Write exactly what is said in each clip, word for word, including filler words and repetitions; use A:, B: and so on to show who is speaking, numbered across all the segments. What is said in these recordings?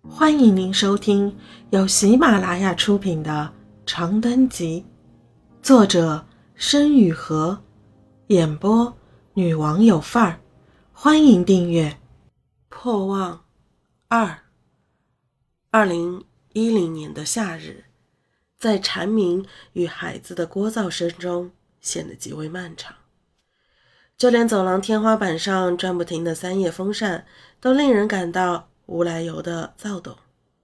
A: 欢迎您收听由喜马拉雅出品的《长灯集》，作者申雨禾，演播女王有范儿。欢迎订阅。破望二。二零一零年的夏日，在蝉鸣与孩子的聒噪声中显得极为漫长，就连走廊天花板上转不停的三叶风扇都令人感到无来由的躁动。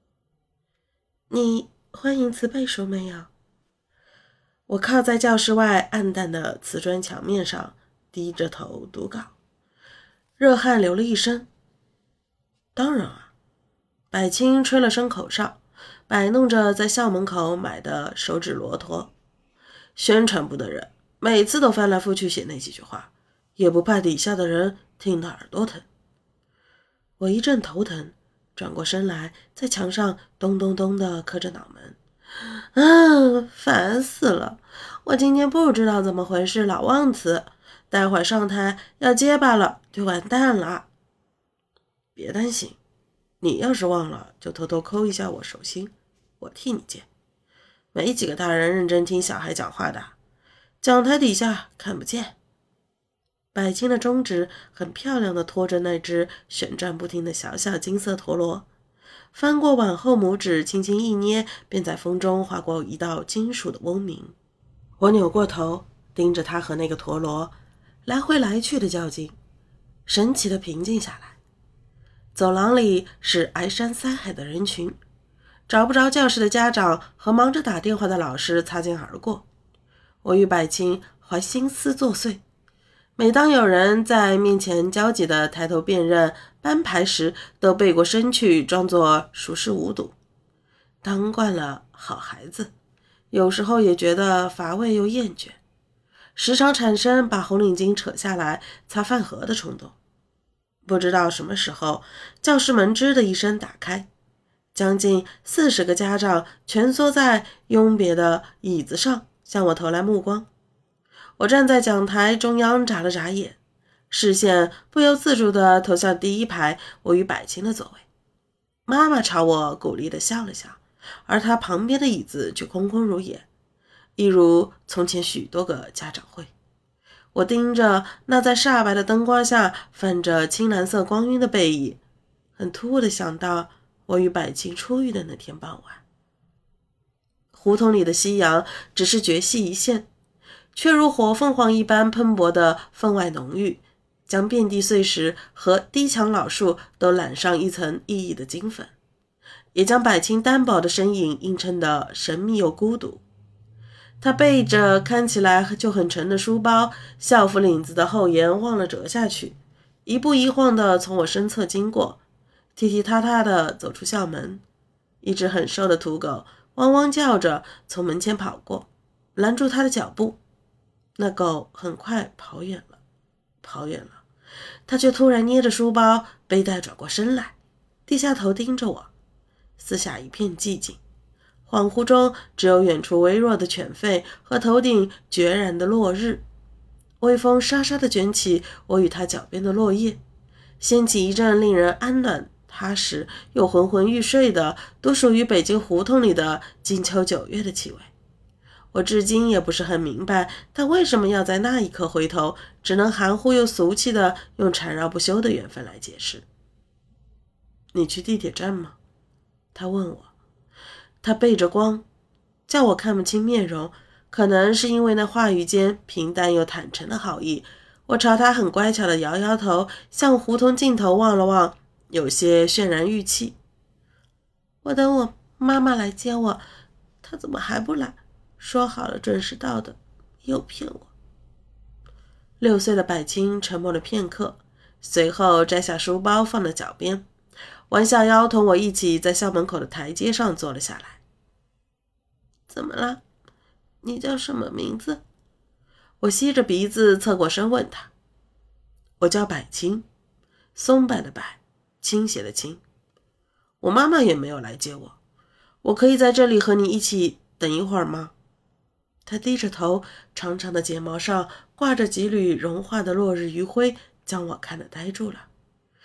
A: 你欢迎词背熟没有？我靠在教室外暗淡的瓷砖墙面上，低着头读稿，热汗流了一身。当然啊。百青吹了声口哨，摆弄着在校门口买的手指骆驼。宣传部的人每次都翻来覆去写那几句话，也不怕底下的人听得耳朵疼。我一阵头疼，转过身来，在墙上咚咚咚地磕着脑门。啊，烦死了！我今天不知道怎么回事，老忘词，待会儿上台要结巴了就完蛋了。别担心，你要是忘了就偷偷抠一下我手心，我替你接。没几个大人认真听小孩讲话的，讲台底下看不见。百青的中指很漂亮地拖着那只旋转不停的小小金色陀螺，翻过腕后拇指，轻轻一捏，便在风中划过一道金属的嗡鸣。我扭过头，盯着他和那个陀螺来回来去的较劲，神奇的平静下来。走廊里是挨山塞海的人群，找不着教室的家长和忙着打电话的老师擦肩而过。我与百青怀心思作祟，每当有人在面前焦急地抬头辨认班牌时，都背过身去，装作熟视无睹。当惯了好孩子，有时候也觉得乏味又厌倦，时常产生把红领巾扯下来擦饭盒的冲动。不知道什么时候，教室门吱的一声打开，将近四十个家长蜷缩在拥别的椅子上，向我投来目光。我站在讲台中央眨了眨眼，视线不由自主地投向第一排我与百青的座位。妈妈朝我鼓励地笑了笑，而她旁边的椅子却空空如也，一如从前许多个家长会。我盯着那在煞白的灯光下泛着青蓝色光晕的背影，很突兀地想到我与百青初遇的那天傍晚。胡同里的夕阳只是绝隙一现，却如火凤凰一般喷薄的分外浓郁，将遍地碎石和低墙老树都染上一层熠熠的金粉，也将百青单薄的身影映衬得神秘又孤独。他背着看起来就很沉的书包，校服领子的后沿忘了折下去，一步一晃地从我身侧经过，踢踢踏踏地走出校门。一只很瘦的土狗汪汪叫着从门前跑过，拦住他的脚步。那狗很快跑远了，跑远了，他却突然捏着书包，背带转过身来，低下头盯着我。四下一片寂静，恍惚中只有远处微弱的犬吠和头顶决然的落日。微风沙沙地卷起我与他脚边的落叶，掀起一阵令人安暖踏实又昏昏欲睡的独属于北京胡同里的金秋九月的气味。我至今也不是很明白他为什么要在那一刻回头，只能含糊又俗气的用缠绕不休的缘分来解释。你去地铁站吗？他问我。他背着光，叫我看不清面容，可能是因为那话语间平淡又坦诚的好意。我朝他很乖巧的摇摇头，向胡同尽头望了望，有些渲然欲泣。我等我妈妈来接我，她怎么还不来？说好了准时到的，又骗我。六岁的百青沉默了片刻，随后摘下书包放在脚边，弯下腰同我一起在校门口的台阶上坐了下来。怎么了？你叫什么名字？我吸着鼻子侧过身问他。我叫百青，松柏的柏，倾斜的倾。我妈妈也没有来接我，我可以在这里和你一起等一会儿吗？他低着头，长长的睫毛上挂着几缕融化的落日余晖，将我看得呆住了。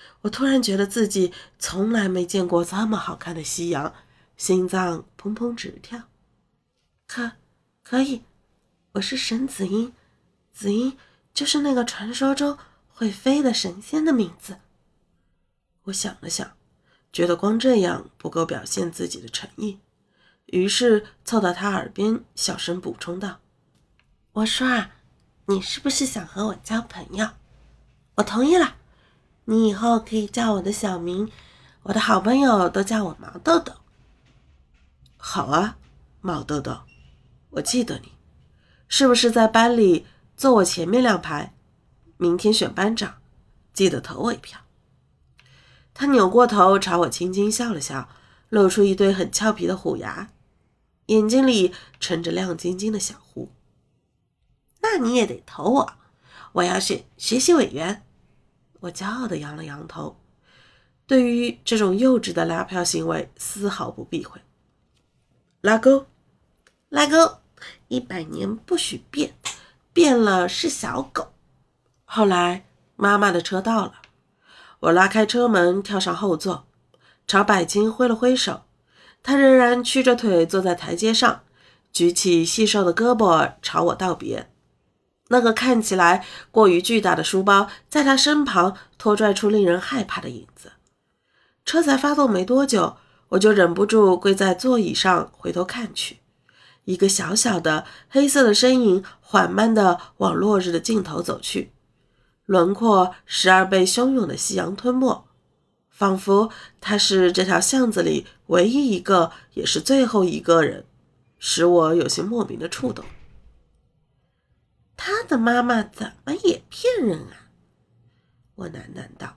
A: 我突然觉得自己从来没见过这么好看的夕阳，心脏砰砰直跳。可可以，我是神子英，子英就是那个传说中会飞的神仙的名字。我想了想，觉得光这样不够表现自己的诚意，于是凑到他耳边小声补充道：我说啊，你是不是想和我交朋友？我同意了，你以后可以叫我的小名，我的好朋友都叫我毛豆豆。好啊，毛豆豆，我记得你，是不是在班里坐我前面两排？明天选班长，记得投我一票。他扭过头朝我轻轻笑了笑，露出一对很俏皮的虎牙，眼睛里盛着亮晶晶的小湖。那你也得投我，我要选学习委员。我骄傲地扬了扬头，对于这种幼稚的拉票行为丝毫不避讳。拉钩，拉钩，一百年不许变，变了是小狗。后来妈妈的车到了，我拉开车门跳上后座，朝百金挥了挥手，他仍然曲着腿坐在台阶上，举起细瘦的胳膊朝我道别。那个看起来过于巨大的书包在他身旁拖拽出令人害怕的影子。车才发动没多久，我就忍不住跪在座椅上回头看去，一个小小的黑色的身影缓慢地往落日的尽头走去，轮廓时而被汹涌的夕阳吞没，仿佛他是这条巷子里唯一一个也是最后一个人，使我有些莫名的触动。他的妈妈怎么也骗人啊？我喃喃道。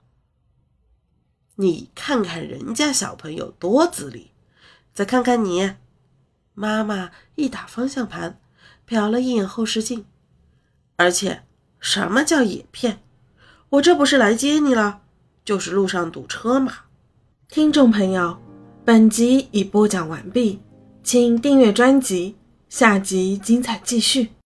A: 你看看人家小朋友多自立，再看看你。妈妈一打方向盘，瞟了一眼后视镜。而且什么叫也骗？我这不是来接你了，就是路上堵车嘛。听众朋友，本集已播讲完毕，请订阅专辑，下集精彩继续。